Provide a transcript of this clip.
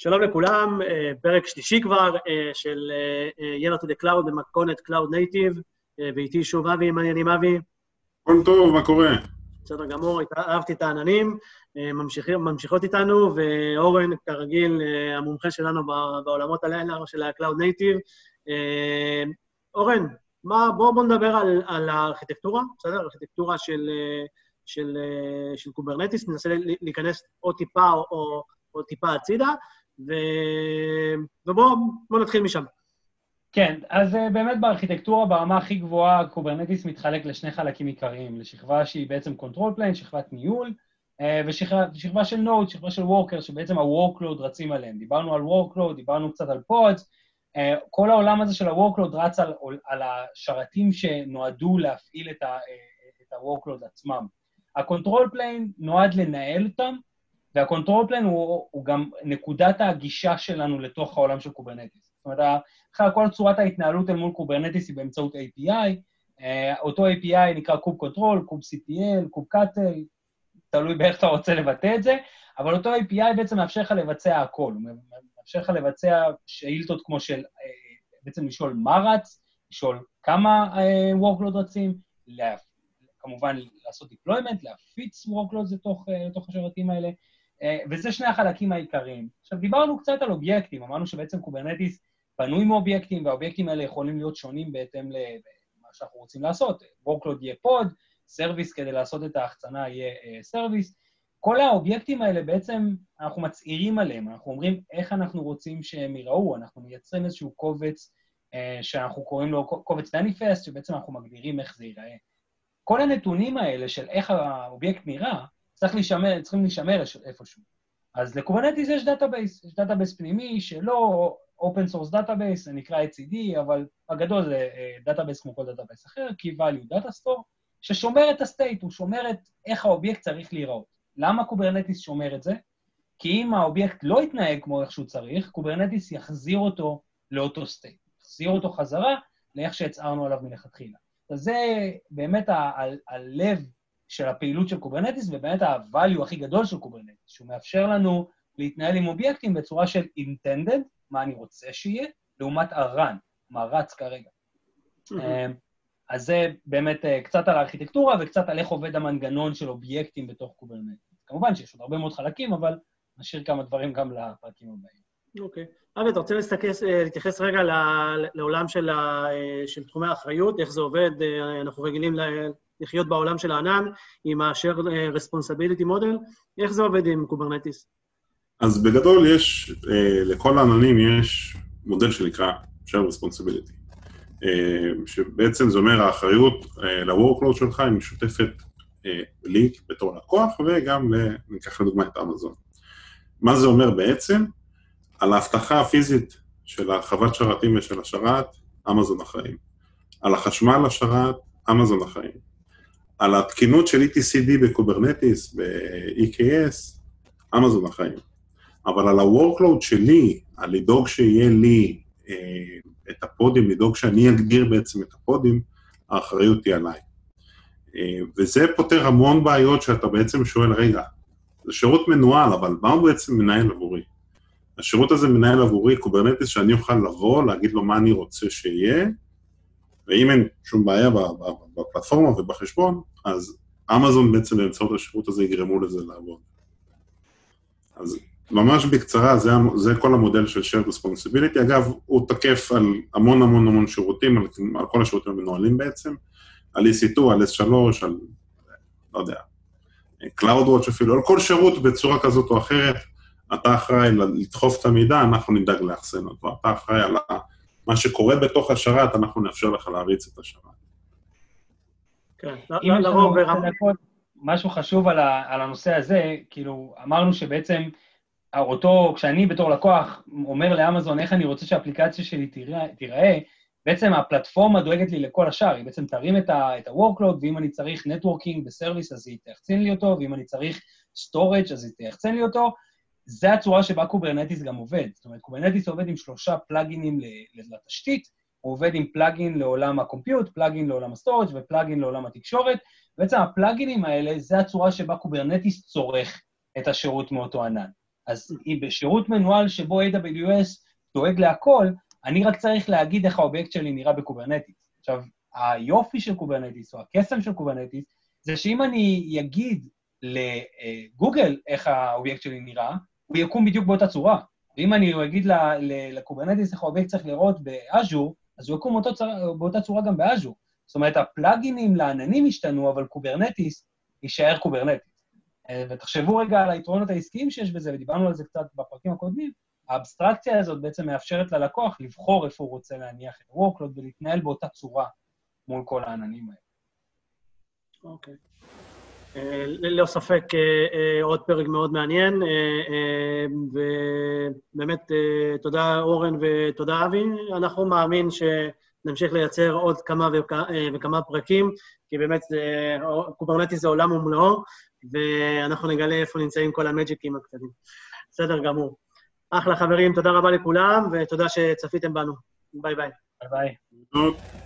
שלום לכולם, פרק שלישי כבר של Yellow to the Cloud במתכונת Cloud Native, ואיתי שוב אבי, מעניינים אבי. כל טוב, מה קורה? בסדר גמור, אהבתי את העננים, ממשיכות איתנו, ואורן כרגיל המומחה שלנו בעולמות הלילה של ה-Cloud Native. אורן, בוא נדבר על הארכיטקטורה, בסדר? הארכיטקטורה של קוברנטיס, ננסה להיכנס או טיפה או טיפה הצידה, ובואו נתחיל משם. כן, אז באמת בארכיטקטורה ברמה הכי גבוהה, קוברנטיס מתחלק לשני חלקים עיקריים, לשכבה שהיא בעצם control plane, שכבת ניהול, ושכבה של node, שכבה של worker, שבעצם ה-workload רצים עליהם. דיברנו על workload, דיברנו קצת על pods, כל העולם הזה של ה-workload רץ על השרתים שנועדו להפעיל את ה-workload עצמם. ה-control plane נועד לנהל אותם, וה-control plane הוא גם נקודת הגישה שלנו לתוך העולם של קוברנטיס. זאת אומרת, אחרי כל צורת ההתנהלות אל מול קוברנטיס היא באמצעות API, אותו API נקרא קוב קונטרול, קוב CTL, קוב קאטל, תלוי באיך אתה רוצה לבטא את זה, אבל אותו API בעצם מאפשר לך לבצע הכל, הוא מאפשר לך לבצע שאילתות כמו של, בעצם לשאול מה רץ, לשאול כמה workload רצים, כמובן לעשות deployment, להפיץ workloads לתוך השרתים האלה, וזה שני החלקים העיקריים. עכשיו, דיברנו קצת על אובייקטים, אמרנו שבעצם קוברנטיס בנוי מאובייקטים, והאובייקטים האלה יכולים להיות שונים בהתאם למה שאנחנו רוצים לעשות. workload יהיה pod, service כדי לעשות את ההחצנה יהיה service. כל האובייקטים האלה בעצם אנחנו מצעירים עליהם, אנחנו אומרים איך אנחנו רוצים שהם ייראו, אנחנו מייצרים איזשהו קובץ שאנחנו קוראים לו קובץ מניפסט, שבעצם אנחנו מגדירים איך זה ייראה. כל הנתונים האלה של איך האובייקט נראה, צריכים להישמר איפשהו. אז לקוברנטיס יש דאטאבייס, יש דאטאבייס פנימי שלא open source database, זה נקרא etcd, אבל בגדול זה דאטאבייס כמו כל דאטאבייס אחר, key value data store, ששומר את הסטייט, הוא שומר את איך האובייקט צריך להיראות. למה קוברנטיס שומר את זה? כי אם האובייקט לא יתנהג כמו איך שהוא צריך, קוברנטיס יחזיר אותו לאותו סטייט, יחזיר אותו חזרה לאיך שהצערנו עליו מלכתחילה. אז זה באמת הלב של הפעילות של קוברנטיס, ובאמת ה-value הכי גדול של קוברנטיס, שהוא מאפשר לנו להתנהל עם אובייקטים בצורה של intended, מה אני רוצה שיהיה, לעומת הרן, מה רץ כרגע. אז זה באמת קצת על הארכיטקטורה, וקצת על איך עובד המנגנון של אובייקטים בתוך קוברנטיס. כמובן שיש עוד הרבה מאוד חלקים, אבל נשאיר כמה דברים גם לפרקים הבאים. אוקיי. אבי, אתה רוצה להתייחס רגע לעולם של תחומי האחריות, איך זה עובד, אנחנו רגילים לחיות בעולם של הענן, עם ה-Share Responsibility Model, איך זה עובד עם קוברנטיס? אז בגדול יש, לכל העננים יש מודל שנקרא Share Responsibility, שבעצם זה אומר האחריות ל-workload שלך היא משותפת לי בתור לקוח, וגם ניקח לדוגמה את אמזון. מה זה אומר בעצם? על ההבטחה הפיזית של הרחבת שרתים ושל השרת, אמזון אחראים. על החשמל לשרת, אמזון אחראים. על התקינות של etcd בקוברנטיס, ב-EKS, אמזון אחראים. אבל על ה-workload שלי, על לדאוג שיהיה לי את הפודים, לדאוג שאני אגדיר בעצם את הפודים, האחריות היא עליי. וזה פותר המון בעיות שאתה בעצם שואל, רגע, זה שירות מנוהל, אבל מה הוא בעצם מנהל עבורי? השירות הזה מנהל עבורי קוברנטיס שאני אוכל לבוא, להגיד לו מה אני רוצה שיהיה, ואם אין שום בעיה בפלטפורמה ובחשבון, אז אמזון בעצם באמצעות השירות הזה יגרמו לזה לעבוד. אז ממש בקצרה, זה כל המודל של Shared Responsibility. אגב, הוא תקף על המון שירותים, על כל השירותים המנוהלים בעצם, על EC2, על S3, על, לא יודע, CloudWatch אפילו, על כל שירות בצורה כזאת או אחרת, אתה אחראי לדחוף את המידע, אנחנו נדאג לאחסן אותו. אתה אחראי על מה שקורה בתוך השרת, אנחנו נאפשר לך להריץ את השרת. כן, לרוב משהו חשוב על הנושא הזה, כאילו, אמרנו שבעצם כשאני בתור לקוח אומר לאמזון איך אני רוצה שהאפליקציה שלי תיראה, בעצם הפלטפורמה דואגת לי לכל השאר, היא בעצם תרים את ה-workload, ואם אני צריך נטוורקינג בסרוויס, אז היא תחצן לי אותו, ואם אני צריך storage, אז היא תחצן לי אותו. זה הצורה שבה קוברנטיס גם עובד. זאת אומרת, קוברנטיס עובד עם 3 פלאגינים לתשתית, הוא עובד עם פלאגין לעולם הקומפיוט, פלאגין לעולם הסטורג' ופלאגין לעולם התקשורת. בעצם הפלאגינים האלה, זה הצורה שבה קוברנטיס צורך את השירות מאותו ענן. אז אם בשירות מנוהל שבו AWS דואג להכל, אני רק צריך להגיד איך האובייקט שלי נראה בקוברנטיס. עכשיו, היופי של קוברנטיס, או הקסם של קוברנטיס, זה שאם אני אגיד לגוגל איך האובייקט שלי נראה, הוא יקום בדיוק באותה צורה. ואם אני אגיד לקוברנטיס איך האובייקט צריך לראות באז'ור, אז הוא יקום באותה צורה גם באז'ור. זאת אומרת, הפלאגינים לעננים השתנו, אבל קוברנטיס יישאר קוברנטיס. ותחשבו רגע על היתרונות העסקיים שיש בזה, ודיברנו על זה קצת בפרקים הקודמים, האבסטרקציה הזאת בעצם מאפשרת ללקוח לבחור איפה הוא רוצה להניח את ה-workload ולהתנהל באותה צורה מול כל העננים האלה. אוקיי. ללא ספק עוד פרק מאוד מעניין, ובאמת תודה אורן ותודה אבי. אנחנו מאמין שנמשיך לייצר עוד כמה וכמה פרקים, כי באמת קוברנטיס זה עולם ומלואו, ואנחנו נגלה איפה נמצאים כל המג'יקים הקטנים. בסדר גמור. אחלה חברים, תודה רבה לכולם, ותודה שצפיתם בנו. ביי ביי. ביי ביי.